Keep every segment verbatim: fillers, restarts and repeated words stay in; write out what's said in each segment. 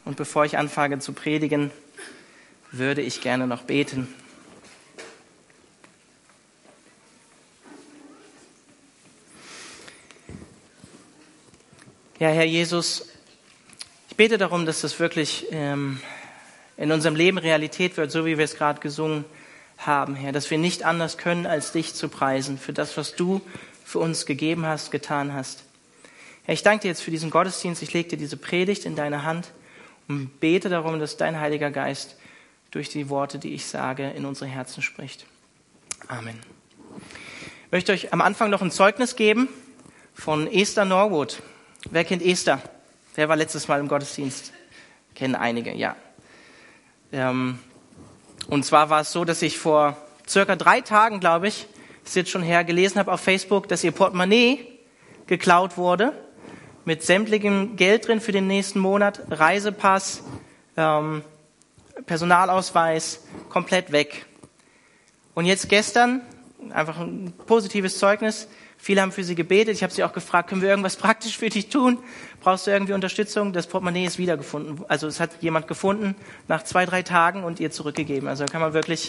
Und bevor ich anfange zu predigen, würde ich gerne noch beten. Ja, Herr Jesus, ich bete darum, dass das wirklich ähm, in unserem Leben Realität wird, so wie wir es gerade gesungen haben, Herr. Dass wir nicht anders können, als dich zu preisen für das, was du für uns gegeben hast, getan hast. Herr, ich danke dir jetzt für diesen Gottesdienst. Ich lege dir diese Predigt in deine Hand und bete darum, dass dein Heiliger Geist durch die Worte, die ich sage, in unsere Herzen spricht. Amen. Ich möchte euch am Anfang noch ein Zeugnis geben von Esther Norwood. Wer kennt Esther? Wer war letztes Mal im Gottesdienst? Kennen einige, ja. Ähm, und zwar war es so, dass ich vor circa drei Tagen, glaube ich, ist jetzt schon her, gelesen habe auf Facebook, dass ihr Portemonnaie geklaut wurde, mit sämtlichem Geld drin für den nächsten Monat, Reisepass, ähm, Personalausweis, komplett weg. Und jetzt gestern, einfach ein positives Zeugnis, viele haben für sie gebetet, ich habe sie auch gefragt, können wir irgendwas praktisch für dich tun? Brauchst du irgendwie Unterstützung? Das Portemonnaie ist wiedergefunden. Also es hat jemand gefunden nach zwei, drei Tagen und ihr zurückgegeben. Also da kann man wirklich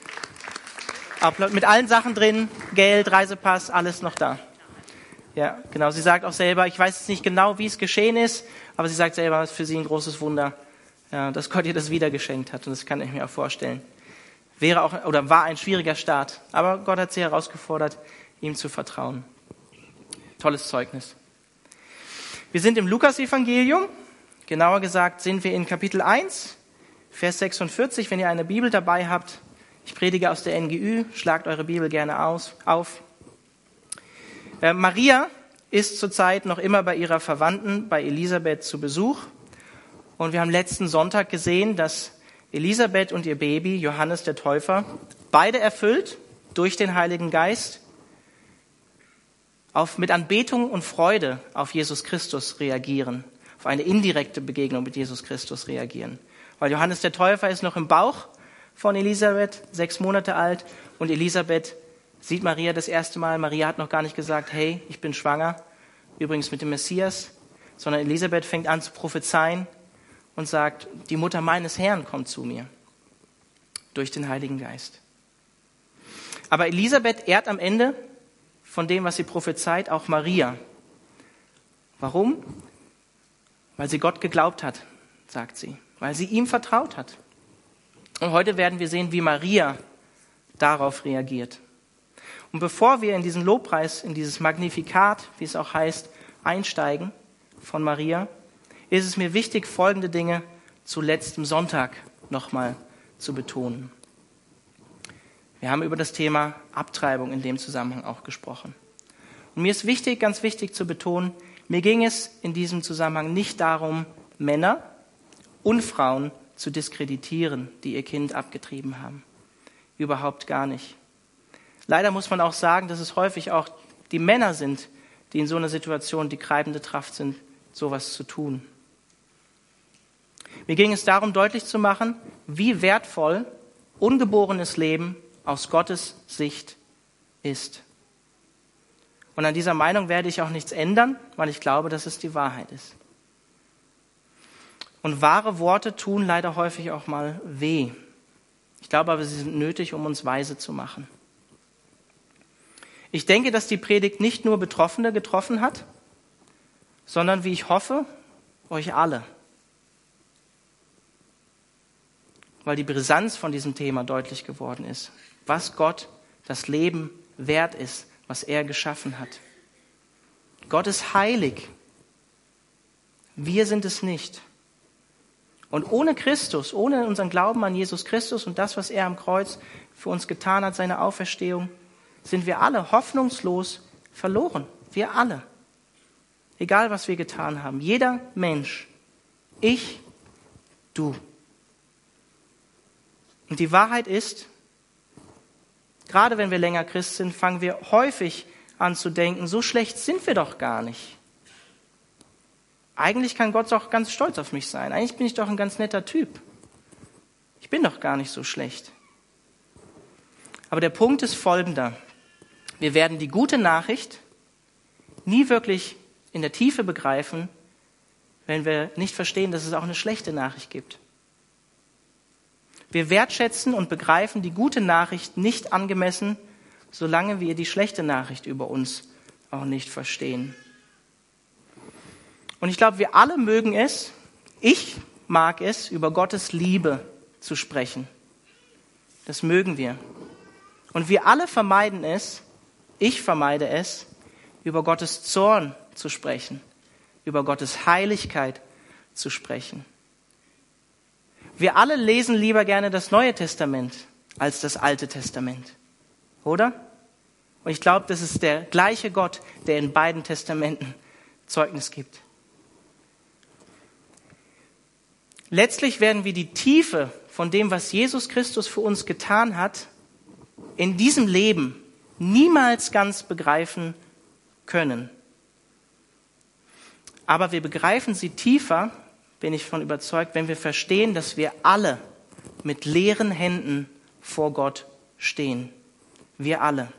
mit allen Sachen drin, Geld, Reisepass, alles noch da. Ja, genau. Sie sagt auch selber, ich weiß jetzt nicht genau, wie es geschehen ist, aber sie sagt selber, es ist für sie ein großes Wunder, ja, dass Gott ihr das wieder geschenkt hat. Und das kann ich mir auch vorstellen. Wäre auch, oder war ein schwieriger Start. Aber Gott hat sie herausgefordert, ihm zu vertrauen. Tolles Zeugnis. Wir sind im Lukas-Evangelium. Genauer gesagt sind wir in Kapitel eins, Vers sechsundvierzig. Wenn ihr eine Bibel dabei habt, ich predige aus der N G Ü, schlagt eure Bibel gerne aus, auf. Äh, Maria ist zurzeit noch immer bei ihrer Verwandten, bei Elisabeth, zu Besuch. Und wir haben letzten Sonntag gesehen, dass Elisabeth und ihr Baby, Johannes der Täufer, beide erfüllt durch den Heiligen Geist, auf, mit Anbetung und Freude auf Jesus Christus reagieren, auf eine indirekte Begegnung mit Jesus Christus reagieren. Weil Johannes der Täufer ist noch im Bauch von Elisabeth, sechs Monate alt, und Elisabeth sieht Maria das erste Mal. Maria hat noch gar nicht gesagt, hey, ich bin schwanger, übrigens mit dem Messias, sondern Elisabeth fängt an zu prophezeien und sagt, die Mutter meines Herrn kommt zu mir durch den Heiligen Geist. Aber Elisabeth ehrt am Ende von dem, was sie prophezeit, auch Maria. Warum? Weil sie Gott geglaubt hat, sagt sie, weil sie ihm vertraut hat. Und heute werden wir sehen, wie Maria darauf reagiert. Und bevor wir in diesen Lobpreis, in dieses Magnificat, wie es auch heißt, einsteigen von Maria, ist es mir wichtig, folgende Dinge zu letztem Sonntag nochmal zu betonen. Wir haben über das Thema Abtreibung in dem Zusammenhang auch gesprochen. Und mir ist wichtig, ganz wichtig zu betonen, mir ging es in diesem Zusammenhang nicht darum, Männer und Frauen zu diskreditieren, die ihr Kind abgetrieben haben. Überhaupt gar nicht. Leider muss man auch sagen, dass es häufig auch die Männer sind, die in so einer Situation die treibende Kraft sind, sowas zu tun. Mir ging es darum, deutlich zu machen, wie wertvoll ungeborenes Leben aus Gottes Sicht ist. Und an dieser Meinung werde ich auch nichts ändern, weil ich glaube, dass es die Wahrheit ist. Und wahre Worte tun leider häufig auch mal weh. Ich glaube aber, sie sind nötig, um uns weise zu machen. Ich denke, dass die Predigt nicht nur Betroffene getroffen hat, sondern, wie ich hoffe, euch alle. Weil die Brisanz von diesem Thema deutlich geworden ist. Was Gott das Leben wert ist, was er geschaffen hat. Gott ist heilig. Wir sind es nicht. Und ohne Christus, ohne unseren Glauben an Jesus Christus und das, was er am Kreuz für uns getan hat, seine Auferstehung, sind wir alle hoffnungslos verloren. Wir alle. Egal, was wir getan haben. Jeder Mensch. Ich, du. Und die Wahrheit ist, gerade wenn wir länger Christ sind, fangen wir häufig an zu denken, so schlecht sind wir doch gar nicht. Eigentlich kann Gott doch ganz stolz auf mich sein. Eigentlich bin ich doch ein ganz netter Typ. Ich bin doch gar nicht so schlecht. Aber der Punkt ist folgender. Wir werden die gute Nachricht nie wirklich in der Tiefe begreifen, wenn wir nicht verstehen, dass es auch eine schlechte Nachricht gibt. Wir wertschätzen und begreifen die gute Nachricht nicht angemessen, solange wir die schlechte Nachricht über uns auch nicht verstehen. Und ich glaube, wir alle mögen es, ich mag es, über Gottes Liebe zu sprechen. Das mögen wir. Und wir alle vermeiden es, ich vermeide es, über Gottes Zorn zu sprechen, über Gottes Heiligkeit zu sprechen. Wir alle lesen lieber gerne das Neue Testament als das Alte Testament, oder? Und ich glaube, das ist der gleiche Gott, der in beiden Testamenten Zeugnis gibt. Letztlich werden wir die Tiefe von dem, was Jesus Christus für uns getan hat, in diesem Leben niemals ganz begreifen können. Aber wir begreifen sie tiefer, bin ich davon überzeugt, wenn wir verstehen, dass wir alle mit leeren Händen vor Gott stehen. Wir alle.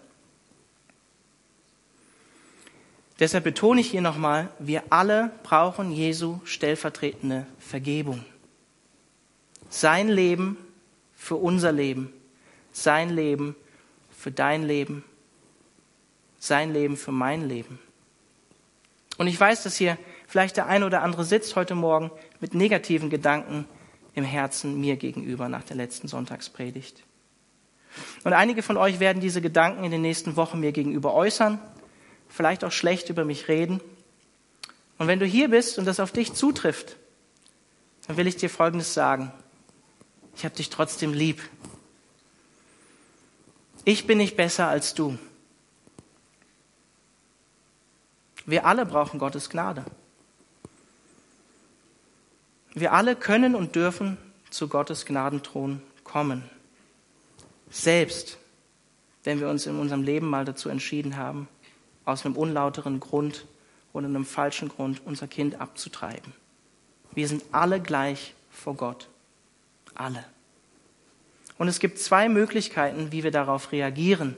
Deshalb betone ich hier nochmal, wir alle brauchen Jesu stellvertretende Vergebung. Sein Leben für unser Leben, sein Leben für dein Leben, sein Leben für mein Leben. Und ich weiß, dass hier vielleicht der eine oder andere sitzt heute Morgen mit negativen Gedanken im Herzen mir gegenüber nach der letzten Sonntagspredigt. Und einige von euch werden diese Gedanken in den nächsten Wochen mir gegenüber äußern, vielleicht auch schlecht über mich reden. Und wenn du hier bist und das auf dich zutrifft, dann will ich dir Folgendes sagen. Ich habe dich trotzdem lieb. Ich bin nicht besser als du. Wir alle brauchen Gottes Gnade. Wir alle können und dürfen zu Gottes Gnadenthron kommen. Selbst wenn wir uns in unserem Leben mal dazu entschieden haben, aus einem unlauteren Grund oder einem falschen Grund unser Kind abzutreiben. Wir sind alle gleich vor Gott. Alle. Und es gibt zwei Möglichkeiten, wie wir darauf reagieren.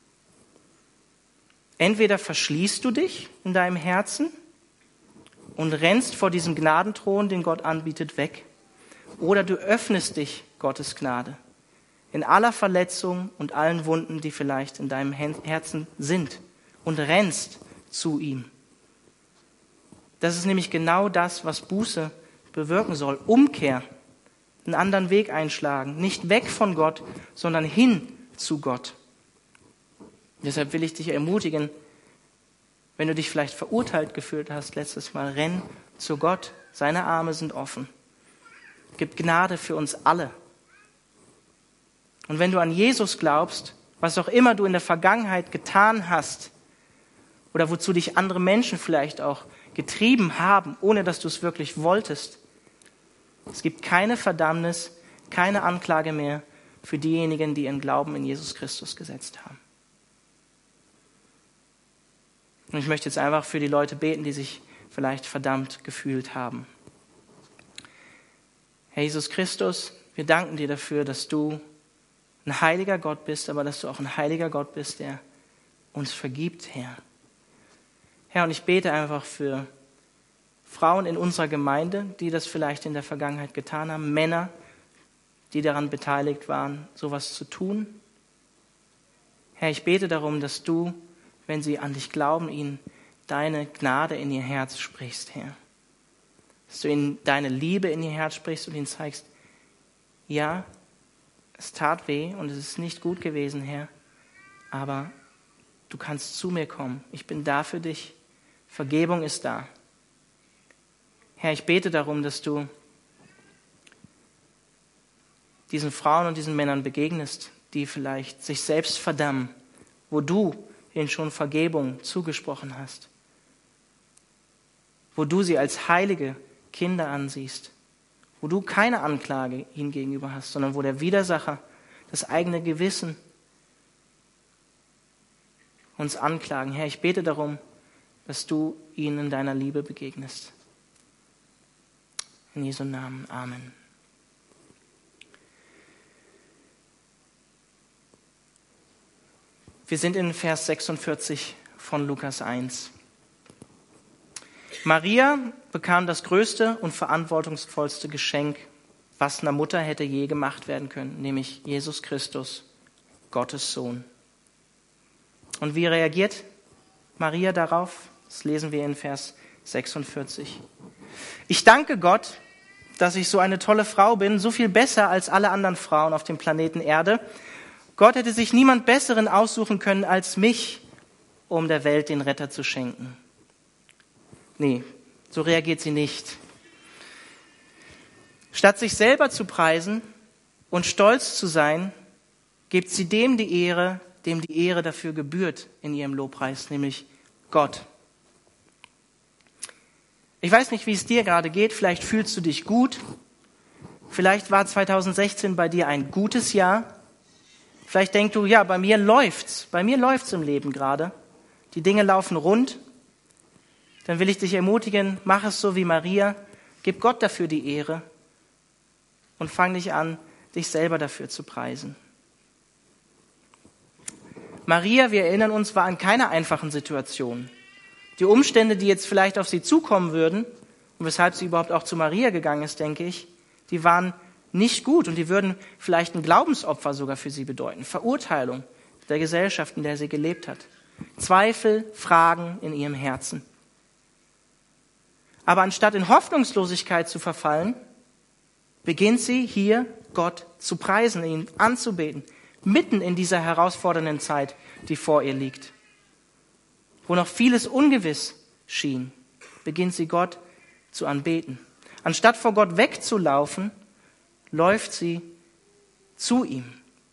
Entweder verschließt du dich in deinem Herzen und rennst vor diesem Gnadenthron, den Gott anbietet, weg. Oder du öffnest dich Gottes Gnade in aller Verletzung und allen Wunden, die vielleicht in deinem Herzen sind, und rennst zu ihm. Das ist nämlich genau das, was Buße bewirken soll. Umkehr, einen anderen Weg einschlagen, nicht weg von Gott, sondern hin zu Gott. Deshalb will ich dich ermutigen, wenn du dich vielleicht verurteilt gefühlt hast letztes Mal, renn zu Gott. Seine Arme sind offen. Gibt Gnade für uns alle. Und wenn du an Jesus glaubst, was auch immer du in der Vergangenheit getan hast oder wozu dich andere Menschen vielleicht auch getrieben haben, ohne dass du es wirklich wolltest, es gibt keine Verdammnis, keine Anklage mehr für diejenigen, die ihren Glauben in Jesus Christus gesetzt haben. Und ich möchte jetzt einfach für die Leute beten, die sich vielleicht verdammt gefühlt haben. Herr Jesus Christus, wir danken dir dafür, dass du ein heiliger Gott bist, aber dass du auch ein heiliger Gott bist, der uns vergibt, Herr. Herr, und ich bete einfach für Frauen in unserer Gemeinde, die das vielleicht in der Vergangenheit getan haben, Männer, die daran beteiligt waren, sowas zu tun. Herr, ich bete darum, dass du, wenn sie an dich glauben, ihnen deine Gnade in ihr Herz sprichst, Herr. Dass du ihnen deine Liebe in ihr Herz sprichst und ihnen zeigst, ja, es tat weh und es ist nicht gut gewesen, Herr, aber du kannst zu mir kommen. Ich bin da für dich. Vergebung ist da. Herr, ich bete darum, dass du diesen Frauen und diesen Männern begegnest, die vielleicht sich selbst verdammen, wo du ihnen schon Vergebung zugesprochen hast, wo du sie als heilige Kinder ansiehst, wo du keine Anklage ihnen gegenüber hast, sondern wo der Widersacher, das eigene Gewissen uns anklagen. Herr, ich bete darum, dass du ihnen in deiner Liebe begegnest. In Jesu Namen. Amen. Wir sind in Vers sechsundvierzig von Lukas eins. Maria bekam das größte und verantwortungsvollste Geschenk, was einer Mutter hätte je gemacht werden können, nämlich Jesus Christus, Gottes Sohn. Und wie reagiert Maria darauf? Das lesen wir in Vers sechsundvierzig. Ich danke Gott, dass ich so eine tolle Frau bin, so viel besser als alle anderen Frauen auf dem Planeten Erde. Gott hätte sich niemand Besseren aussuchen können als mich, um der Welt den Retter zu schenken. Nee, so reagiert sie nicht. Statt sich selber zu preisen und stolz zu sein, gibt sie dem die Ehre, dem die Ehre dafür gebührt in ihrem Lobpreis, nämlich Gott. Ich weiß nicht, wie es dir gerade geht. Vielleicht fühlst du dich gut. Vielleicht war zweitausendsechzehn bei dir ein gutes Jahr. Vielleicht denkst du, ja, bei mir läuft's. Bei mir läuft's im Leben gerade. Die Dinge laufen rund. Dann will ich dich ermutigen, mach es so wie Maria. Gib Gott dafür die Ehre und fang nicht an, dich selber dafür zu preisen. Maria, wir erinnern uns, war in keiner einfachen Situation. Die Umstände, die jetzt vielleicht auf sie zukommen würden und weshalb sie überhaupt auch zu Maria gegangen ist, denke ich, die waren nicht gut und die würden vielleicht ein Glaubensopfer sogar für sie bedeuten. Verurteilung der Gesellschaft, in der sie gelebt hat. Zweifel, Fragen in ihrem Herzen. Aber anstatt in Hoffnungslosigkeit zu verfallen, beginnt sie hier Gott zu preisen, ihn anzubeten, mitten in dieser herausfordernden Zeit, die vor ihr liegt. Wo noch vieles ungewiss schien, beginnt sie Gott zu anbeten. Anstatt vor Gott wegzulaufen, läuft sie zu ihm.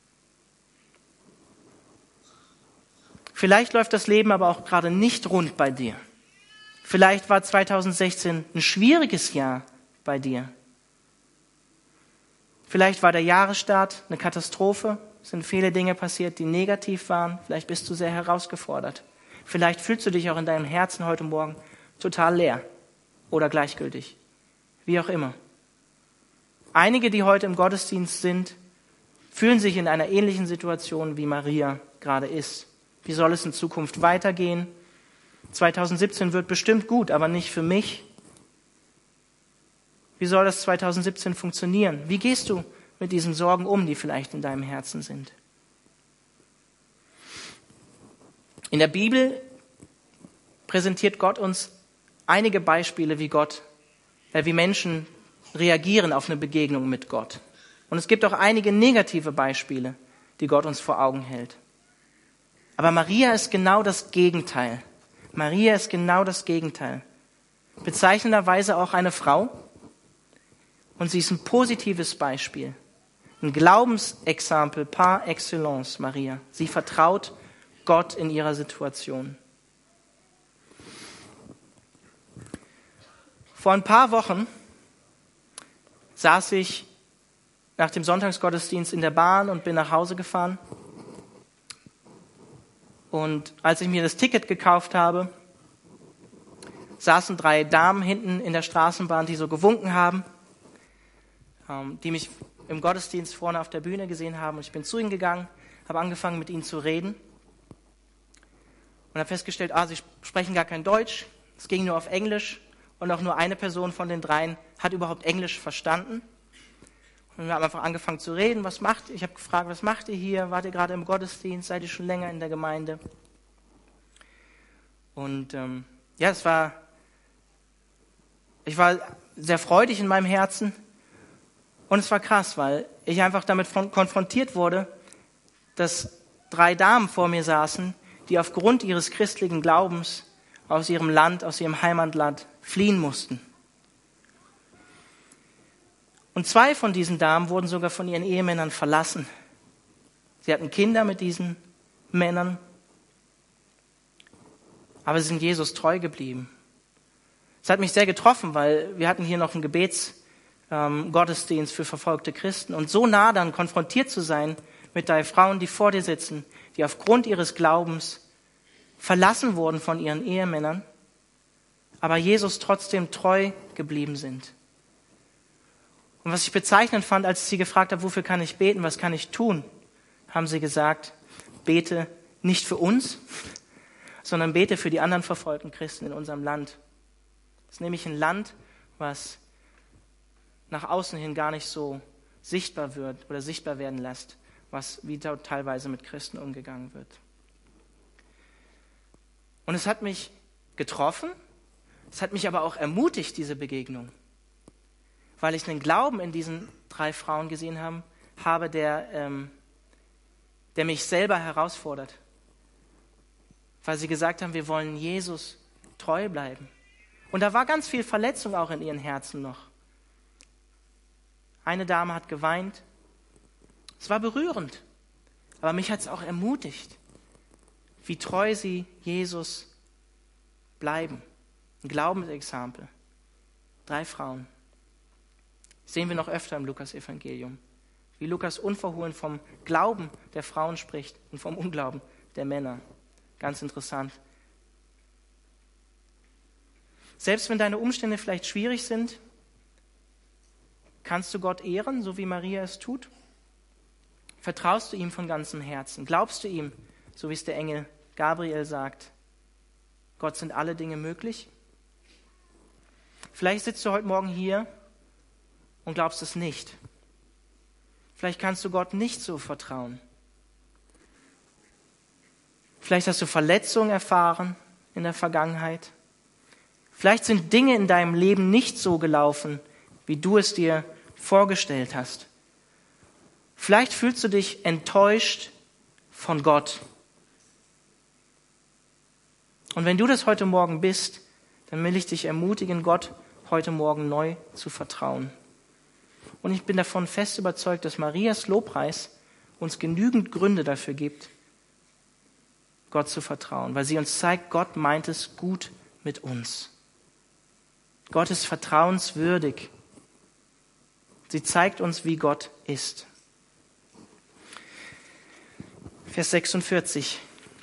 Vielleicht läuft das Leben aber auch gerade nicht rund bei dir. Vielleicht war zweitausendsechzehn ein schwieriges Jahr bei dir. Vielleicht war der Jahresstart eine Katastrophe, es sind viele Dinge passiert, die negativ waren. Vielleicht bist du sehr herausgefordert. Vielleicht fühlst du dich auch in deinem Herzen heute Morgen total leer oder gleichgültig. Wie auch immer. Einige, die heute im Gottesdienst sind, fühlen sich in einer ähnlichen Situation, wie Maria gerade ist. Wie soll es in Zukunft weitergehen? zweitausendsiebzehn wird bestimmt gut, aber nicht für mich. Wie soll das zweitausendsiebzehn funktionieren? Wie gehst du mit diesen Sorgen um, die vielleicht in deinem Herzen sind? In der Bibel präsentiert Gott uns einige Beispiele, wie Gott, äh, wie Menschen reagieren auf eine Begegnung mit Gott. Und es gibt auch einige negative Beispiele, die Gott uns vor Augen hält. Aber Maria ist genau das Gegenteil. Maria ist genau das Gegenteil. Bezeichnenderweise auch eine Frau. Und sie ist ein positives Beispiel. Ein Glaubensexempel par excellence, Maria. Sie vertraut Gott in ihrer Situation. Vor ein paar Wochen saß ich nach dem Sonntagsgottesdienst in der Bahn und bin nach Hause gefahren. Und als ich mir das Ticket gekauft habe, saßen drei Damen hinten in der Straßenbahn, die so gewunken haben, die mich im Gottesdienst vorne auf der Bühne gesehen haben. Und ich bin zu ihnen gegangen, habe angefangen mit ihnen zu reden und habe festgestellt, ah, sie sprechen gar kein Deutsch, es ging nur auf Englisch und auch nur eine Person von den dreien hat überhaupt Englisch verstanden. Und wir haben einfach angefangen zu reden, was macht ihr? Ich habe gefragt, was macht ihr hier? Wart ihr gerade im Gottesdienst? Seid ihr schon länger in der Gemeinde? Und ähm, ja, es war, ich war sehr freudig in meinem Herzen und es war krass, weil ich einfach damit konfrontiert wurde, dass drei Damen vor mir saßen, die aufgrund ihres christlichen Glaubens aus ihrem Land, aus ihrem Heimatland fliehen mussten. Und zwei von diesen Damen wurden sogar von ihren Ehemännern verlassen. Sie hatten Kinder mit diesen Männern, aber sie sind Jesus treu geblieben. Es hat mich sehr getroffen, weil wir hatten hier noch einen Gebetsgottesdienst ähm, für verfolgte Christen. Und so nah dann konfrontiert zu sein mit drei Frauen, die vor dir sitzen, die aufgrund ihres Glaubens verlassen wurden von ihren Ehemännern, aber Jesus trotzdem treu geblieben sind. Und was ich bezeichnend fand, als ich sie gefragt habe, wofür kann ich beten, was kann ich tun, haben sie gesagt, bete nicht für uns, sondern bete für die anderen verfolgten Christen in unserem Land. Das ist nämlich ein Land, was nach außen hin gar nicht so sichtbar wird oder sichtbar werden lässt, was wie dort teilweise mit Christen umgegangen wird. Und es hat mich getroffen, es hat mich aber auch ermutigt, diese Begegnung, weil ich einen Glauben in diesen drei Frauen gesehen haben, habe, der, ähm, der mich selber herausfordert. Weil sie gesagt haben, wir wollen Jesus treu bleiben. Und da war ganz viel Verletzung auch in ihren Herzen noch. Eine Dame hat geweint. Es war berührend, aber mich hat es auch ermutigt, wie treu sie Jesus bleiben. Ein Glaubensexempel. Drei Frauen. Das sehen wir noch öfter im Lukas-Evangelium. Wie Lukas unverhohlen vom Glauben der Frauen spricht und vom Unglauben der Männer. Ganz interessant. Selbst wenn deine Umstände vielleicht schwierig sind, kannst du Gott ehren, so wie Maria es tut? Vertraust du ihm von ganzem Herzen? Glaubst du ihm, so wie es der Engel Gabriel sagt, Gott sind alle Dinge möglich? Vielleicht sitzt du heute Morgen hier und glaubst es nicht. Vielleicht kannst du Gott nicht so vertrauen. Vielleicht hast du Verletzungen erfahren in der Vergangenheit. Vielleicht sind Dinge in deinem Leben nicht so gelaufen, wie du es dir vorgestellt hast. Vielleicht fühlst du dich enttäuscht von Gott. Und wenn du das heute Morgen bist, dann will ich dich ermutigen, Gott heute Morgen neu zu vertrauen. Und ich bin davon fest überzeugt, dass Marias Lobpreis uns genügend Gründe dafür gibt, Gott zu vertrauen, weil sie uns zeigt, Gott meint es gut mit uns. Gott ist vertrauenswürdig. Sie zeigt uns, wie Gott ist. Vers sechsundvierzig.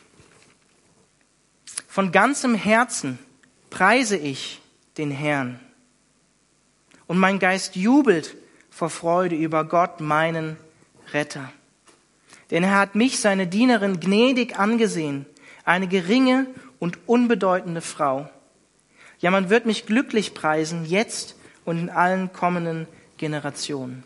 Von ganzem Herzen preise ich den Herrn und mein Geist jubelt vor Freude über Gott, meinen Retter. Denn er hat mich, seine Dienerin, gnädig angesehen, eine geringe und unbedeutende Frau. Ja, man wird mich glücklich preisen, jetzt und in allen kommenden Generationen.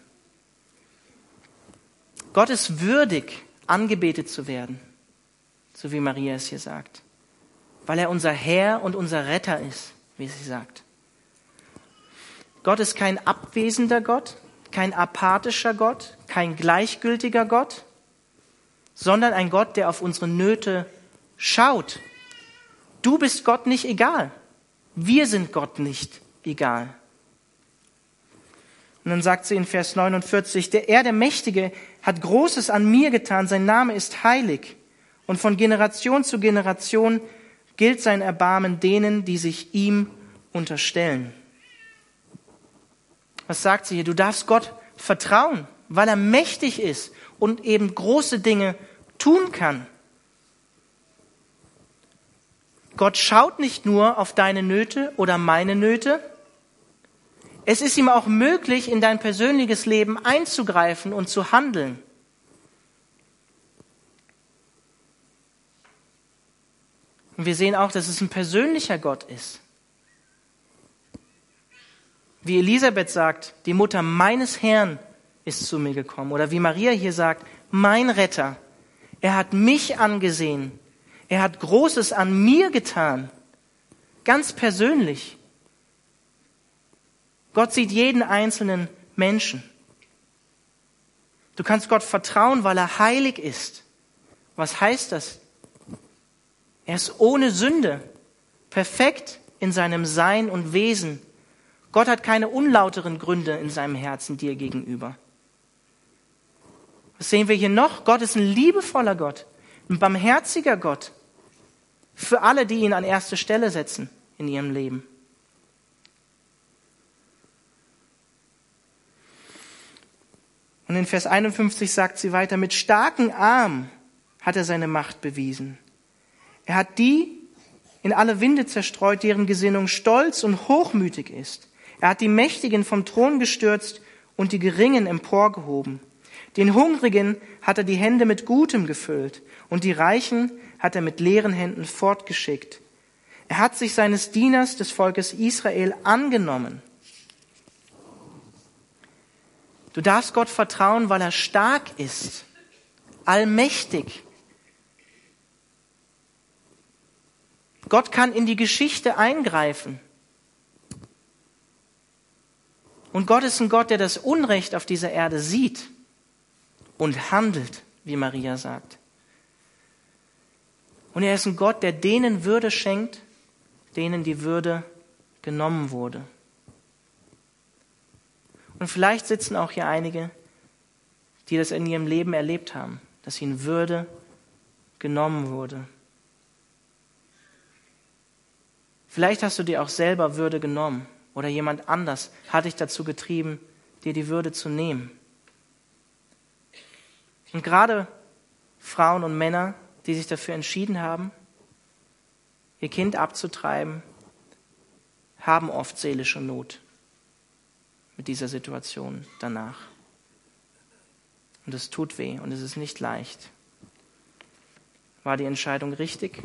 Gott ist würdig, angebetet zu werden, so wie Maria es hier sagt, weil er unser Herr und unser Retter ist, wie sie sagt. Gott ist kein abwesender Gott, kein apathischer Gott, kein gleichgültiger Gott, sondern ein Gott, der auf unsere Nöte schaut. Du bist Gott nicht egal. Wir sind Gott nicht egal. Und dann sagt sie in Vers neunundvierzig, der er, der Mächtige, hat Großes an mir getan, sein Name ist heilig. Und von Generation zu Generation gilt sein Erbarmen denen, die sich ihm unterstellen. Was sagt sie hier? Du darfst Gott vertrauen, weil er mächtig ist und eben große Dinge tun kann. Gott schaut nicht nur auf deine Nöte oder meine Nöte. Es ist ihm auch möglich, in dein persönliches Leben einzugreifen und zu handeln. Und wir sehen auch, dass es ein persönlicher Gott ist. Wie Elisabeth sagt, die Mutter meines Herrn ist zu mir gekommen. Oder wie Maria hier sagt, mein Retter. Er hat mich angesehen. Er hat Großes an mir getan. Ganz persönlich. Gott sieht jeden einzelnen Menschen. Du kannst Gott vertrauen, weil er heilig ist. Was heißt das? Er ist ohne Sünde, perfekt in seinem Sein und Wesen. Gott hat keine unlauteren Gründe in seinem Herzen dir gegenüber. Was sehen wir hier noch? Gott ist ein liebevoller Gott, ein barmherziger Gott. Für alle, die ihn an erste Stelle setzen in ihrem Leben. Und in Vers einundfünfzig sagt sie weiter, mit starken Arm hat er seine Macht bewiesen. Er hat die in alle Winde zerstreut, deren Gesinnung stolz und hochmütig ist. Er hat die Mächtigen vom Thron gestürzt und die Geringen emporgehoben. Den Hungrigen hat er die Hände mit Gutem gefüllt und die Reichen hat er mit leeren Händen fortgeschickt. Er hat sich seines Dieners, des Volkes Israel, angenommen. Du darfst Gott vertrauen, weil er stark ist, allmächtig. Gott kann in die Geschichte eingreifen. Und Gott ist ein Gott, der das Unrecht auf dieser Erde sieht und handelt, wie Maria sagt. Und er ist ein Gott, der denen Würde schenkt, denen die Würde genommen wurde. Und vielleicht sitzen auch hier einige, die das in ihrem Leben erlebt haben, dass ihnen Würde genommen wurde. Vielleicht hast du dir auch selber Würde genommen oder jemand anders hat dich dazu getrieben, dir die Würde zu nehmen. Und gerade Frauen und Männer, die sich dafür entschieden haben, ihr Kind abzutreiben, haben oft seelische Not mit dieser Situation danach. Und es tut weh und es ist nicht leicht. War die Entscheidung richtig?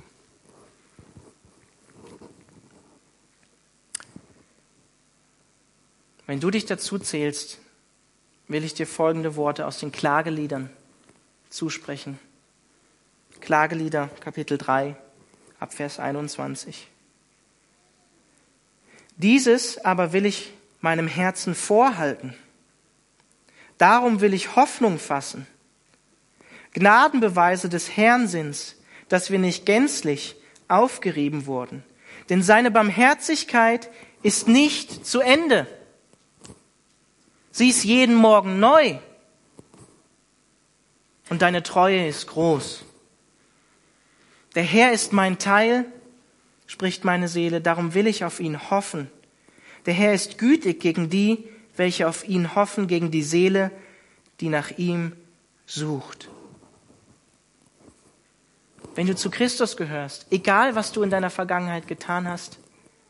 Wenn du dich dazu zählst, will ich dir folgende Worte aus den Klageliedern zusprechen. Klagelieder, Kapitel drei, ab Vers einundzwanzig. Dieses aber will ich meinem Herzen vorhalten. Darum will ich Hoffnung fassen. Gnadenbeweise des Herrn sind's, dass wir nicht gänzlich aufgerieben wurden. Denn seine Barmherzigkeit ist nicht zu Ende. Sie ist jeden Morgen neu. Und deine Treue ist groß. Der Herr ist mein Teil, spricht meine Seele, darum will ich auf ihn hoffen. Der Herr ist gütig gegen die, welche auf ihn hoffen, gegen die Seele, die nach ihm sucht. Wenn du zu Christus gehörst, egal was du in deiner Vergangenheit getan hast,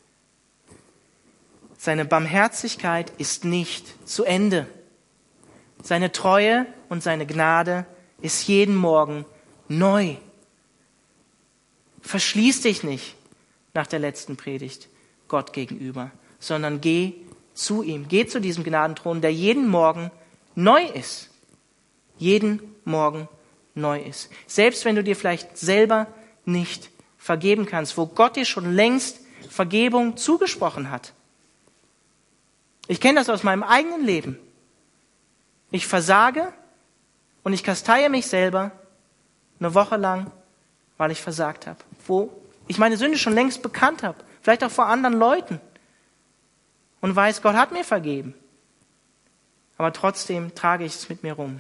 seine Barmherzigkeit ist nicht zu Ende. Seine Treue und seine Gnade ist jeden Morgen neu. Verschließ dich nicht nach der letzten Predigt Gott gegenüber, sondern geh zu ihm. Geh zu diesem Gnadenthron, der jeden Morgen neu ist. Jeden Morgen neu ist. Selbst wenn du dir vielleicht selber nicht vergeben kannst, wo Gott dir schon längst Vergebung zugesprochen hat. Ich kenne das aus meinem eigenen Leben. Ich versage und ich kasteiere mich selber eine Woche lang, weil ich versagt habe. Wo ich meine Sünde schon längst bekannt habe, vielleicht auch vor anderen Leuten. Und weiß, Gott hat mir vergeben. Aber trotzdem trage ich es mit mir rum.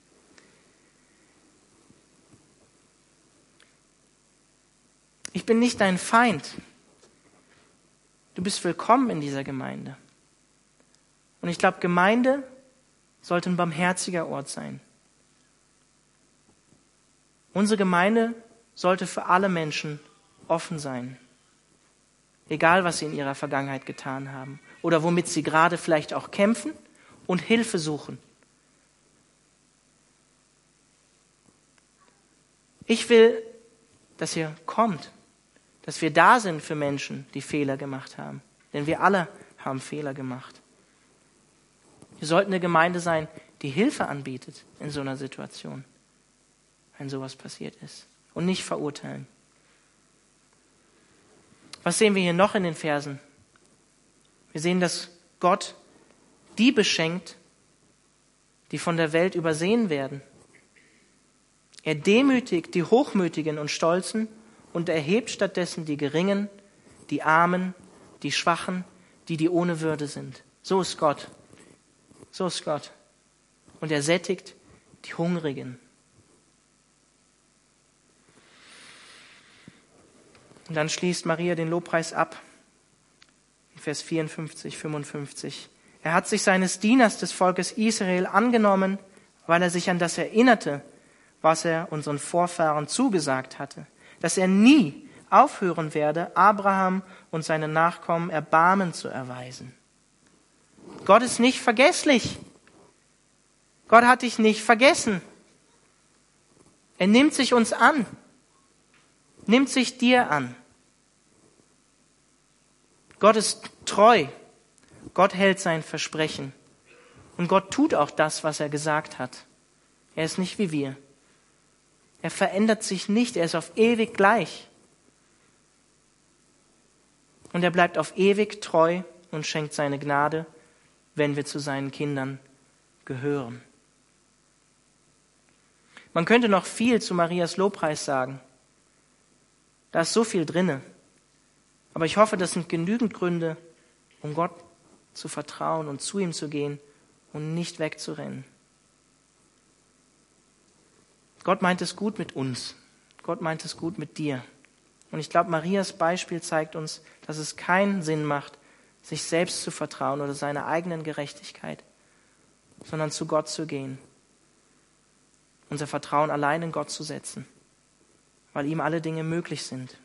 Ich bin nicht dein Feind. Du bist willkommen in dieser Gemeinde. Und ich glaube, Gemeinde sollte ein barmherziger Ort sein. Unsere Gemeinde sollte für alle Menschen offen sein. Egal, was sie in ihrer Vergangenheit getan haben oder womit sie gerade vielleicht auch kämpfen und Hilfe suchen. Ich will, dass ihr kommt, dass wir da sind für Menschen, die Fehler gemacht haben. Denn wir alle haben Fehler gemacht. Wir sollten eine Gemeinde sein, die Hilfe anbietet in so einer Situation, wenn sowas passiert ist. Und nicht verurteilen. Was sehen wir hier noch in den Versen? Wir sehen, dass Gott die beschenkt, die von der Welt übersehen werden. Er demütigt die Hochmütigen und Stolzen und erhebt stattdessen die Geringen, die Armen, die Schwachen, die, die ohne Würde sind. So ist Gott. So ist Gott. Und er sättigt die Hungrigen. Und dann schließt Maria den Lobpreis ab. In Vers vierundfünfzig, fünfundfünfzig. Er hat sich seines Dieners des Volkes Israel angenommen, weil er sich an das erinnerte, was er unseren Vorfahren zugesagt hatte. Dass er nie aufhören werde, Abraham und seine Nachkommen Erbarmen zu erweisen. Gott ist nicht vergesslich. Gott hat dich nicht vergessen. Er nimmt sich uns an. Nimmt sich dir an. Gott ist treu. Gott hält sein Versprechen. Und Gott tut auch das, was er gesagt hat. Er ist nicht wie wir. Er verändert sich nicht. Er ist auf ewig gleich. Und er bleibt auf ewig treu und schenkt seine Gnade, wenn wir zu seinen Kindern gehören. Man könnte noch viel zu Marias Lobpreis sagen. Da ist so viel drinne. Aber ich hoffe, das sind genügend Gründe, um Gott zu vertrauen und zu ihm zu gehen und nicht wegzurennen. Gott meint es gut mit uns. Gott meint es gut mit dir. Und ich glaube, Marias Beispiel zeigt uns, dass es keinen Sinn macht, sich selbst zu vertrauen oder seiner eigenen Gerechtigkeit, sondern zu Gott zu gehen. Unser Vertrauen allein in Gott zu setzen, weil ihm alle Dinge möglich sind.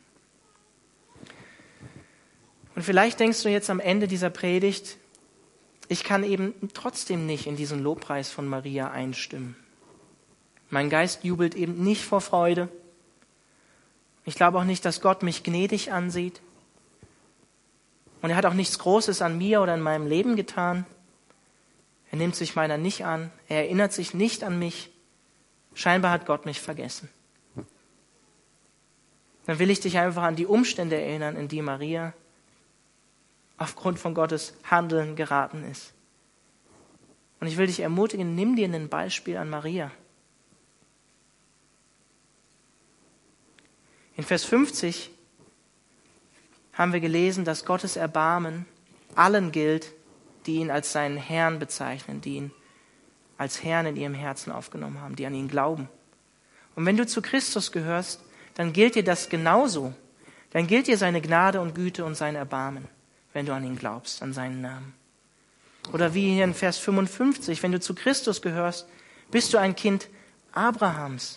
Und vielleicht denkst du jetzt am Ende dieser Predigt, ich kann eben trotzdem nicht in diesen Lobpreis von Maria einstimmen. Mein Geist jubelt eben nicht vor Freude. Ich glaube auch nicht, dass Gott mich gnädig ansieht. Und er hat auch nichts Großes an mir oder in meinem Leben getan. Er nimmt sich meiner nicht an. Er erinnert sich nicht an mich. Scheinbar hat Gott mich vergessen. Dann will ich dich einfach an die Umstände erinnern, in die Maria aufgrund von Gottes Handeln geraten ist. Und ich will dich ermutigen, nimm dir ein Beispiel an Maria. In Vers fünfzig haben wir gelesen, dass Gottes Erbarmen allen gilt, die ihn als seinen Herrn bezeichnen, die ihn als Herrn in ihrem Herzen aufgenommen haben, die an ihn glauben. Und wenn du zu Christus gehörst, dann gilt dir das genauso. Dann gilt dir seine Gnade und Güte und sein Erbarmen, wenn du an ihn glaubst, an seinen Namen. Oder wie hier in Vers fünfundfünfzig, wenn du zu Christus gehörst, bist du ein Kind Abrahams.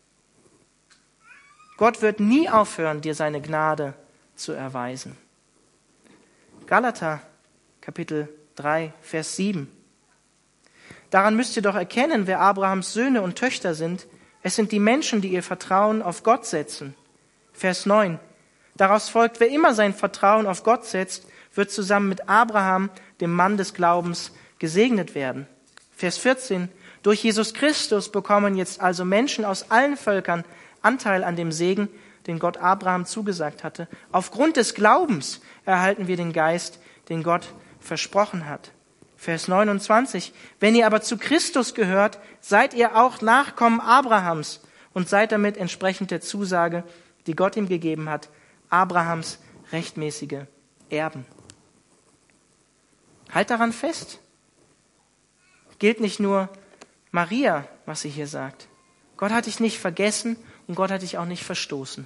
Gott wird nie aufhören, dir seine Gnade zu erweisen. Galater, Kapitel drei, Vers sieben. Daran müsst ihr doch erkennen, wer Abrahams Söhne und Töchter sind. Es sind die Menschen, die ihr Vertrauen auf Gott setzen. Vers neun. Daraus folgt, wer immer sein Vertrauen auf Gott setzt, wird zusammen mit Abraham, dem Mann des Glaubens, gesegnet werden. Vers vierzehn. Durch Jesus Christus bekommen jetzt also Menschen aus allen Völkern Anteil an dem Segen, den Gott Abraham zugesagt hatte. Aufgrund des Glaubens erhalten wir den Geist, den Gott versprochen hat. Vers neunundzwanzig. Wenn ihr aber zu Christus gehört, seid ihr auch Nachkommen Abrahams und seid damit entsprechend der Zusage, die Gott ihm gegeben hat, Abrahams rechtmäßige Erben. Halt daran fest. Gilt nicht nur Maria, was sie hier sagt. Gott hat dich nicht vergessen und Gott hat dich auch nicht verstoßen.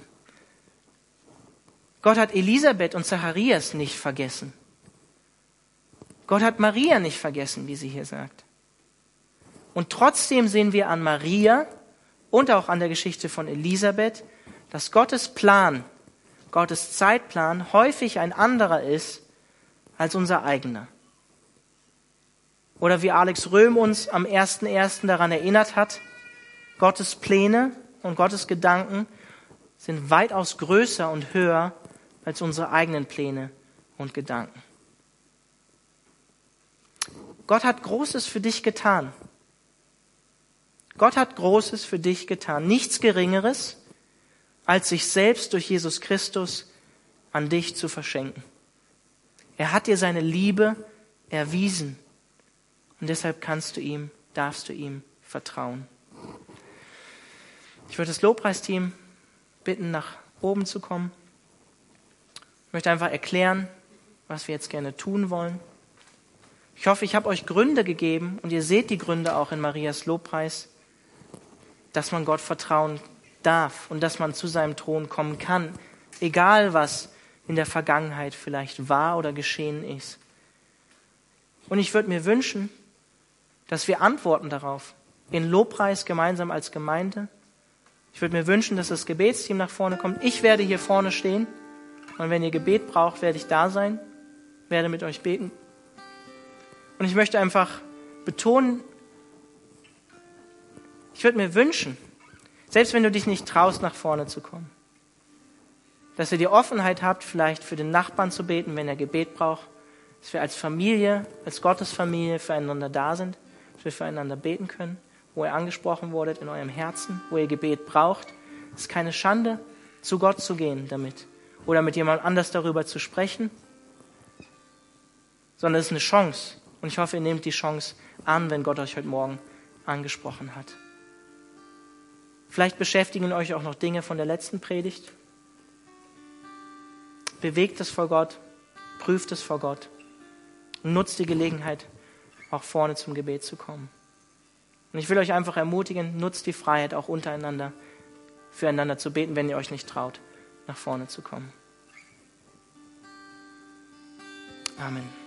Gott hat Elisabeth und Zacharias nicht vergessen. Gott hat Maria nicht vergessen, wie sie hier sagt. Und trotzdem sehen wir an Maria und auch an der Geschichte von Elisabeth, dass Gottes Plan, Gottes Zeitplan häufig ein anderer ist als unser eigener. Oder wie Alex Röhm uns am ersten ersten daran erinnert hat, Gottes Pläne und Gottes Gedanken sind weitaus größer und höher als unsere eigenen Pläne und Gedanken. Gott hat Großes für dich getan. Gott hat Großes für dich getan. Nichts Geringeres, als sich selbst durch Jesus Christus an dich zu verschenken. Er hat dir seine Liebe erwiesen. Und deshalb kannst du ihm, darfst du ihm vertrauen. Ich würde das Lobpreisteam bitten, nach oben zu kommen. Ich möchte einfach erklären, was wir jetzt gerne tun wollen. Ich hoffe, ich habe euch Gründe gegeben und ihr seht die Gründe auch in Marias Lobpreis, dass man Gott vertrauen darf und dass man zu seinem Thron kommen kann, egal was in der Vergangenheit vielleicht war oder geschehen ist. Und ich würde mir wünschen, dass wir antworten darauf, in Lobpreis gemeinsam als Gemeinde. Ich würde mir wünschen, dass das Gebetsteam nach vorne kommt. Ich werde hier vorne stehen und wenn ihr Gebet braucht, werde ich da sein, werde mit euch beten. Und ich möchte einfach betonen, ich würde mir wünschen, selbst wenn du dich nicht traust, nach vorne zu kommen, Dass ihr die Offenheit habt, vielleicht für den Nachbarn zu beten, wenn er Gebet braucht. Dass wir als Familie, als Gottesfamilie füreinander da sind. Dass wir füreinander beten können. Wo ihr angesprochen wurdet in eurem Herzen, wo ihr Gebet braucht. Es ist keine Schande, zu Gott zu gehen damit. Oder mit jemand anders darüber zu sprechen. Sondern es ist eine Chance. Und ich hoffe, ihr nehmt die Chance an, wenn Gott euch heute Morgen angesprochen hat. Vielleicht beschäftigen euch auch noch Dinge von der letzten Predigt. Bewegt es vor Gott, prüft es vor Gott und nutzt die Gelegenheit, auch vorne zum Gebet zu kommen. Und ich will euch einfach ermutigen, nutzt die Freiheit auch untereinander, füreinander zu beten, wenn ihr euch nicht traut, nach vorne zu kommen. Amen.